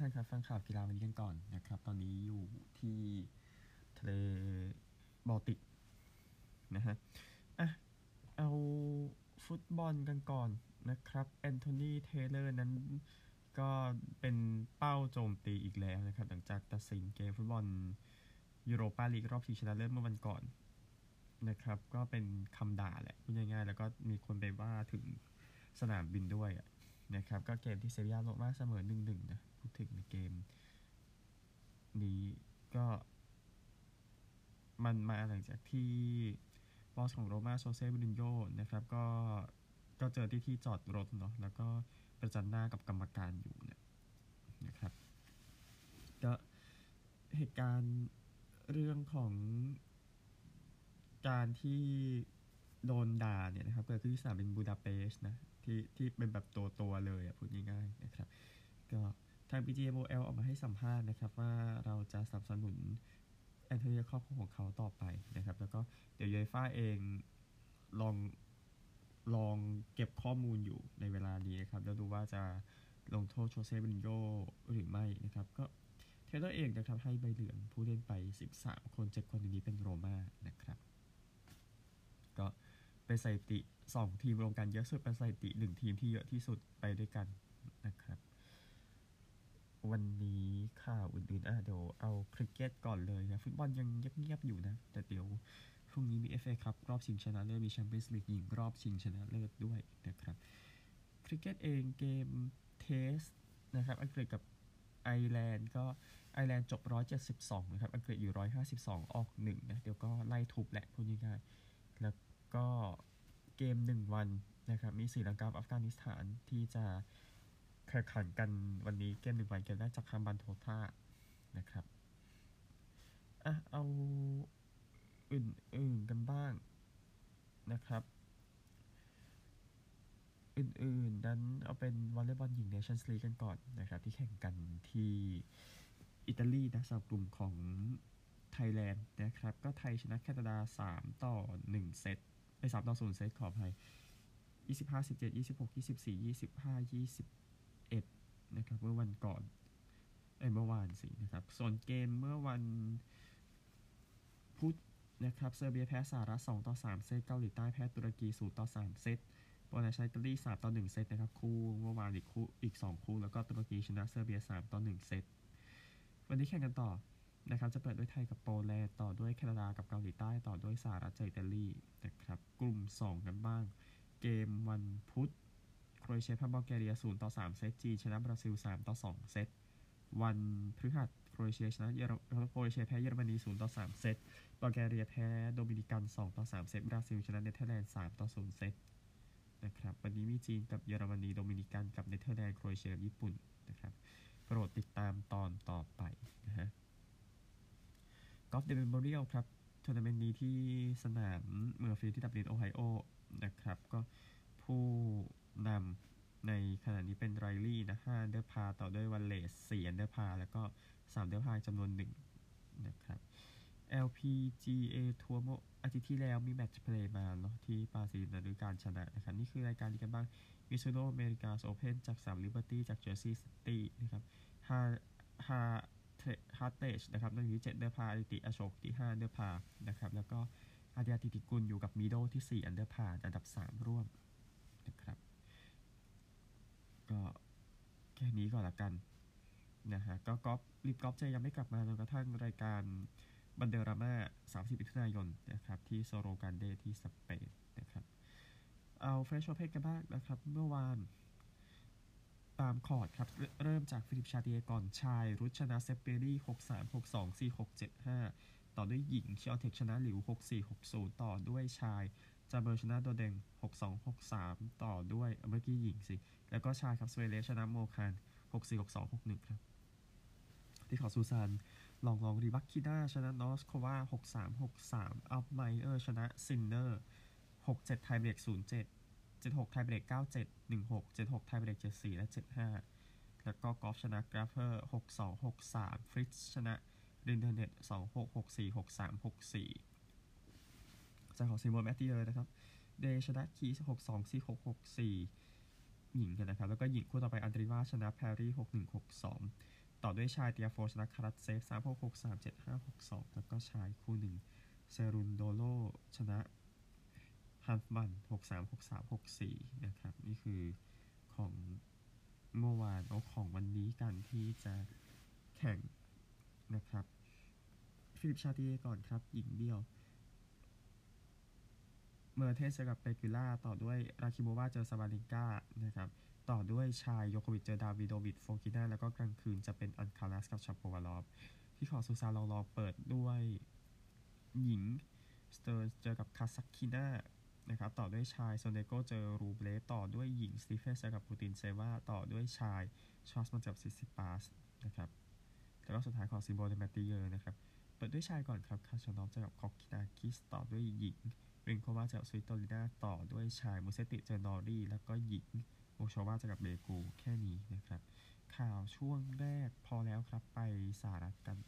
านครับฟังข่าวกีฬาวันนี้กันก่อนนะครับตอนนี้อยู่ที่ทะเลบอลติกนะฮะอ่ะเอาฟุตบอลกันก่อนนะครับแอนโทนีเทเลอร์นั้นก็เป็นเป้าโจมตีอีกแล้วนะครับหลังจากตัดสินเกมฟุตบอลยูโรปาลีกรอบชิงชนะเลิศเมื่อวันก่อนนะครับก็เป็นคำด่าแหละพูดง่ายๆแล้วก็มีคนไปว่าถึงสนามบินด้วยนะครับก็เกมที่เซบีย่าลงมาเสมอ1-1นะพูดถึงในเกมนี้ก็มันมาหลังจากที่บอสของโรม่าโซเซ่มูรินโญ่นะครับก็เจอที่จอดรถเนาะแล้วก็ประจันหน้ากับกรรมการอยู่นะครับก็เหตุการณ์เรื่องของการที่โดนด่าเนี่ยนะครับเกิดขึ้นที่สนามบินบูดาเปสต์นะที่เป็นแบบตัวเลยพูดง่ายๆนะครับก็ทาง PGMOL ออกมาให้สัมภาษณ์นะครับว่าเราจะสนับสนุนแอนโทนีครอบครัวของเขาต่อไปนะครับแล้วก็เดี๋ยวยูเอฟ่าเองลองลองเก็บข้อมูลอยู่ในเวลานี้นะครับแล้วดูว่าจะลงโทษโชเซ่มูรินโญ่หรือไม่นะครับก็เทเลอร์เองนะครับให้ใบเหลืองผู้เล่นไป13คน7คนนี้เป็นโรม่านะครับก็เป็นสถิติ2ทีมรวมกันเยอะสุดเป็นสถิติ1ทีมที่เยอะที่สุดไปด้วยกันนะครับวันนี้ข่าวอื่นๆเดี๋ยวเอาคริกเก็ตก่อนเลยนะฟุตบอลยังเงียบๆอยู่นะแต่เดี๋ยวพรุ่งนี้มี FA คัพรอบชิงชนะเลิศมีแชมเปี้ยนส์ลีกหญิงรอบชิงชนะเลิศด้วยนะครับคริกเก็ตเองเกมเทสนะครับอังกฤษกับไอร์แลนด์ก็ไอร์แลนด์จบ172นะครับอังกฤษอยู่152ออก1นะเดี๋ยวก็ไล่ทุบแหละพูดง่ายๆแล้วก็เกม1วันนะครับมีศรีลังกาอัฟกานิสถานที่จะแข่งขันกันวันนี้เกม1วันเกมแรกจากคาร์บันโทท่านะครับเอาอื่นๆกันบ้างนะครับอื่นๆนั้นเอาเป็นวอลเลย์บอลหญิงเนชั่นส์ลีกกันก่อนนะครับที่แข่งกันที่อิตาลีนะสำหรับกลุ่มของไทยแลนด์นะครับก็ไทยชนะแคนาดา3-1เซต3-0เซตขออภัย25-17 26 24 25 21นะครับเมื่อวันก่อนเมื่อวานสินะครับส่วนเกมเมื่อวันพุธนะครับเซอร์เบียแพ้สหรัฐ2-3เซตเกาหลีใต้แพ้ตุรกี0-3เซตโปแลนด์ชนะอิตาลี3-1เซตนะครับคู่เมื่อวานอีก2คู่แล้วก็ตุรกีชนะเซอร์เบีย3-1เซตวันนี้แข่งกันต่อนะครับจะเปิดด้วยไทยกับโปแลนด์ต่อด้วยแคนาดากับเกาหลีใต้ต่อด้วยสหรัฐกับอิตาลีนะครับกลุ่ม2กันบ้างเกมวันพุธโครเอเชียแพ้บัลแกเรีย0-3เซตจีนชนะบราซิล3-2เซตวันพฤหัสโครเอเชียชนะโครเอเชียแพ้เยอรมนี0-3เซตบัลแกเรียแพ้โดมินิกัน2-3เซตบราซิลชนะเนเธอร์แลนด์3-0เซตนะครับวันนี้มีจีนกับเยอรมนีโดมินิกันกับเนเธอร์แลนด์โครเอเชียกับญี่ปุ่นนะครับโปรดติดตามตอนต่อไปนะฮะกอล์ฟเดอะเมมโมเรียลครับทัวร์นาเมนต์นี้ที่สนามเมืองฟิลที่ดับลินโอไฮโอนะครับก็ผู้นำในขณะนี้เป็นไรลี่นะ5อันเดอร์พาต่อด้วยวันเลส4อันเดอร์พาแล้วก็3อันเดอร์พาจำนวน1นะครับ LPGA ทัวร์อาทิตย์ที่แล้วมีแมตช์เพลย์มาเนาะที่ปาซีนฤดูกาลชนะนะครับนี่คือรายการนี้กันบ้างมิซูโนอเมริกาโอเพนจาก3ลิเบอร์ตี้จากเจอร์ซีย์ซิตี้นะครับฮาฮาฮาร์เตจนะครับในที่7อันเดอร์พาอาติอโศกที่5อันเดอร์พานะครับแล้วก็อาเดียติติกุลอยู่กับมิโดที่4อันเดอร์พาอันดับ3ร่วมนะครับก็แค่นี้ก่อนละกันนะฮะก็ลิฟกอล์ฟจะยังไม่กลับมาจนกระทั่งรายการบันเดอราม่า30มิถุนายนนะครับที่โซโรการเดที่สเปนนะครับเอาเฟรชโอเพนกันบ้างนะครับเมื่อวานตามคอร์ดครับเริ่มจากฟิลิปชาเตียก่อนชายรุชชนะเซปเปอรี่6-3 6-2 4-6 7-5ต่อด้วยหญิงชิออนเทคชนะหลิว6-4 6-0ต่อด้วยชายจาเบอร์ชนะโดเดง6-2 6-3ต่อด้วยเมื่อกี้หญิงสิแล้วก็ชายครับสเวเลชนะโมคาน6-4 6-2 6-1ครับที่ขอซูซานลองรีบักคิน่าชนะนอสโควา6-3 6-3อัลไมเออร์ชนะซินเนอร์6-7ไทเบรก0-7 7-6ไทเบรก9-7 1-6 7-6ไทเบรก7-4และ7-5แล้วก็กอล์ฟชนะกราฟเฟอร์6-2 6-3ฟริตชนะรินเทอร์เน็ต2-6 6-4 6-3 6-4จากของซิมโบนแมตติเออร์นะครับเดชนะคีส6-2 4-6 6-4หญิงกันนะครับแล้วก็หญิงคู่ต่อไปอันตริวาชนะแพรรี่6-1 6-2 ต่อด้วยชายเตียโฟชนะคารัตเซฟ3-6-6-3-7-5-6-2แล้วก็ชายคู่หนึ่งเซรุนโดโลชนะฮันฟ์มัน6-3-6-3-6-4นะครับนี่คือของเมื่อวานเอาของวันนี้กันที่จะแข่งนะครับฟิลิปชาติเยก่อนครับหญิงเดี่ยวเมอร์เทสเจอกับเปกิล่าต่อด้วยราคิโมวาเจอซาบาลินกานะครับต่อด้วยชายโยโควิชเจอดาวิโดวิดโฟกิน่าแล้วก็กลางคืนจะเป็นอันคาราสกับชาโปวาลอฟที่ขอซูซาลองเปิดด้วยหญิงสเตอร์เจอกับคาซักคิน่านะครับต่อด้วยชายโซเนโกเจอรูเบลต่อด้วยหญิงสตีเฟนเจอกับปูตินเซวาต่อด้วยชายชอสมันเจอกับซิซิปาสนะครับแล้วก็สุดท้ายขอซิโบเดเมติเยอร์นะครับเปิดด้วยชายก่อนครับคาชานอฟเจอกับคอกคินาคิสต่อด้วยหญิงริงโควาเจอกับสวิตโตลิน่าต่อด้วยชายมูเซติเจอนอรี่แล้วก็หญิงโอชวาเจอกับเบกูแค่นี้นะครับข่าวช่วงแรกพอแล้วครับไปสหรัฐกัน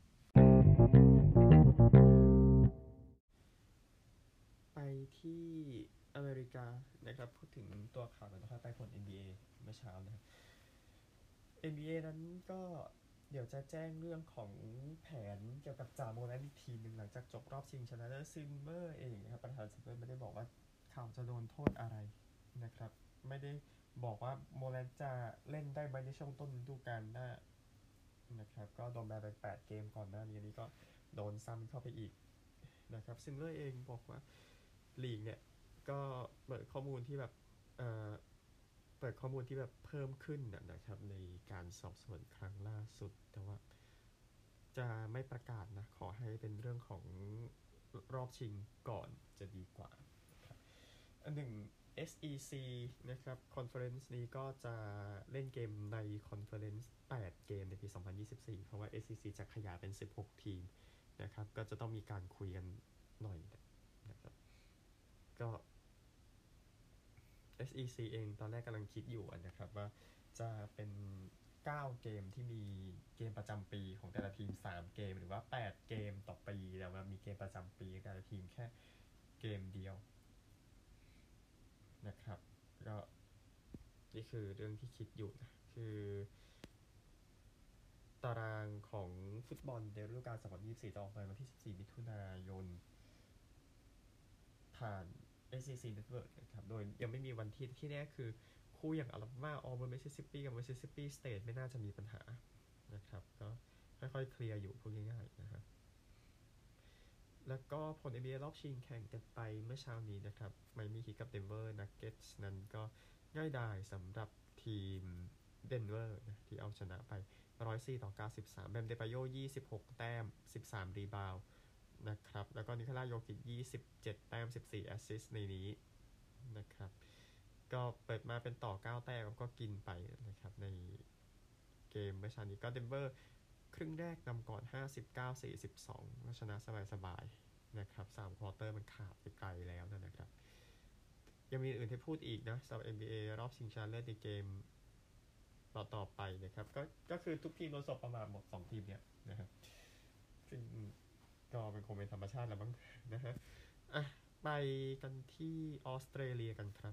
ไปที่อเมริกานะครับพูดถึงตัวข่าวกันนะครับไปผล NBA เมื่อเช้านะครับ NBA นั้นก็เดี๋ยวจะแจ้งเรื่องของแผนเกี่ยวกับจาโมแรนต์อีกทีหนึ่งหลังจากจบรอบชิงชนะเลิศซิลเวอร์เองนะครับประธานซิลเวอร์ไม่ได้บอกว่าเขาจะโดนโทษอะไรนะครับไม่ได้บอกว่าโมแรนต์จะเล่นได้ไหมในช่วงต้นฤดูกาลหน้านะครับก็โดนแบนไป8เกมก่อนหน้านี้ก็โดนซ้ำเข้าไปอีกนะครับซิลเวอร์เองบอกว่าลีกเนี่ยก็เปิดข้อมูลที่แบบเอ่อ เปิดข้อมูลที่แบบเพิ่มขึ้นนะครับในการสอบสวนครั้งล่าสุดแต่ว่าจะไม่ประกาศนะขอให้เป็นเรื่องของรอบชิงก่อนจะดีกว่าครับอันหนึ่ง SEC นะครับคอนเฟอเรนซ์นี้ก็จะเล่นเกมในคอนเฟอเรนซ์8เกมในปี2024เพราะว่า SEC จะขยายเป็น16ทีมนะครับก็จะต้องมีการคุยกันหน่อยนะครับก็ SEC เองตอนแรกกำลังคิดอยู่นะครับว่าจะเป็น9เกมที่มีเกมประจำปีของแต่ละทีม3เกมหรือว่า8เกมต่อปีแล้วมีเกมประจำปีแต่ละทีมแค่เกมเดียวนะครับก็นี่คือเรื่องที่คิดอยู่นะคือตารางของฟุตบอลในฤดูกาล2024จะออกมาวันที่14มิถุนายนผ่าน SEC Network นะครับโดยยังไม่มีวันที่แน่คือคู่อย่างอลาบามาออเบอร์มิสซิสซิปปีกับมิสซิสซิปปีสเตทไม่น่าจะมีปัญหานะครับก็ค่อยๆเคลียร์อยู่พูดง่ายๆนะฮะแล้วก็ผล NBA รอบชิงแข่งกันไปเมื่อเช้านี้นะครับไมอามี่ฮีทกับเดนเวอร์นักเก็ตส์นั้นก็ง่ายดายสำหรับทีมเดนเวอร์นะที่เอาชนะไป104-93แบมเดบาโย26แต้ม13รีบาวด์นะครับแล้วก็นิโคลาโยคิก27แต้ม14แอสซิสต์ในนี้นะครับก็เปิดมาเป็นต่อ9แต้มก็กินไปนะครับในเกมเมื่อเช้านี้ก็เดนเวอร์ครึ่งแรกนำก่อน59-42ก็ชนะสบายๆนะครับ3ควอเตอร์มันขาดไปไกลแล้วนะครับยังมีอื่นที่พูดอีกนะสำหรับ NBA รอบชิงชนะเลิศในเกมต่อไปนะครับก็คือทุกทีมโดนสบประมาทหมด2ทีมเนี่ยนะครับซึ่งก็เป็นคงเป็นธรรมชาติแล้วมั้งนะฮะอ่ะไปกันที่ออสเตรเลียกันครับ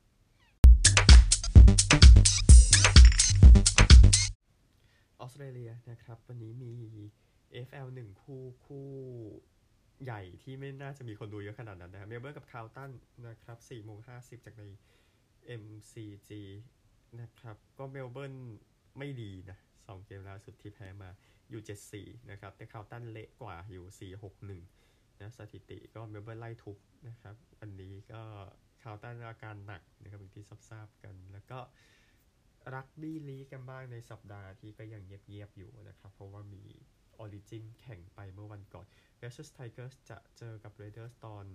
ออสเตรเลียนะครับวันนี้มี AFL 1คู่ใหญ่ที่ไม่น่าจะมีคนดูเยอะขนาดนั้นนะเมลเบิร์นกับคาร์ลตันนะครับ4:50จากใน MCG นะครับก็เมลเบิร์นไม่ดีนะ2เกมล่าสุดที่แพ้มาอยู่7-4นะครับแต่คาร์ลตันเละกว่าอยู่4-6-1นะสถิติก็เมลเบิร์นไล่ทุบนะครับอันนี้ก็คาร์ลตันอาการหนักนะครับอย่างที่ทราบกันแล้วก็รักบี้ลีกกันบ้างในสัปดาห์ที่ก็ยังเงียบๆอยู่นะครับเพราะว่ามีออริจินแข่งไปเมื่อวันก่อน Versus Tigers จะเจอกับ Raiders ตอน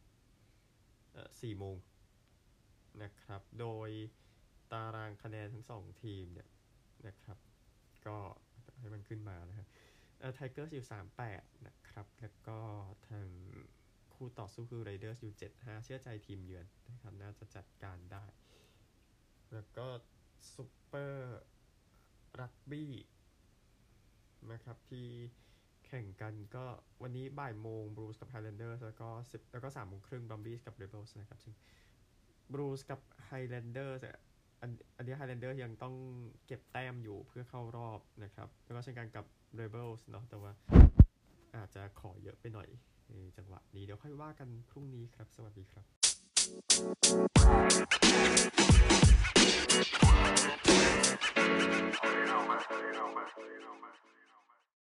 4 โมงนะครับโดยตารางคะแนนทั้ง2ทีมเนี่ยนะครับก็ให้มันขึ้นมานะฮะTigers อยู่38นะครับแล้วก็ทางคู่ต่อสู้คือ Raiders อยู่75เชื่อใจทีมเยือนนะครับน่าจะจัดการได้แล้วก็ซุปเปอร์รักบี้นะครับที่แข่งกันก็วันนี้บ่ายโมงบรูซกับไฮแลนเดอร์แล้วก็3 โมงครึ่งบอมบี้กับเรเบิลส์นะครับซึ่งบรูซกับไฮแลนเดอร์อันนี้ Highlander ยังต้องเก็บแต้มอยู่เพื่อเข้ารอบนะครับแล้วก็เช่นกันกับ Rebels เนาะแต่ว่าอาจจะขอเยอะไปหน่อยในจังหวะนี้เดี๋ยวค่อยว่ากันพรุ่งนี้ครับสวัสดีครับ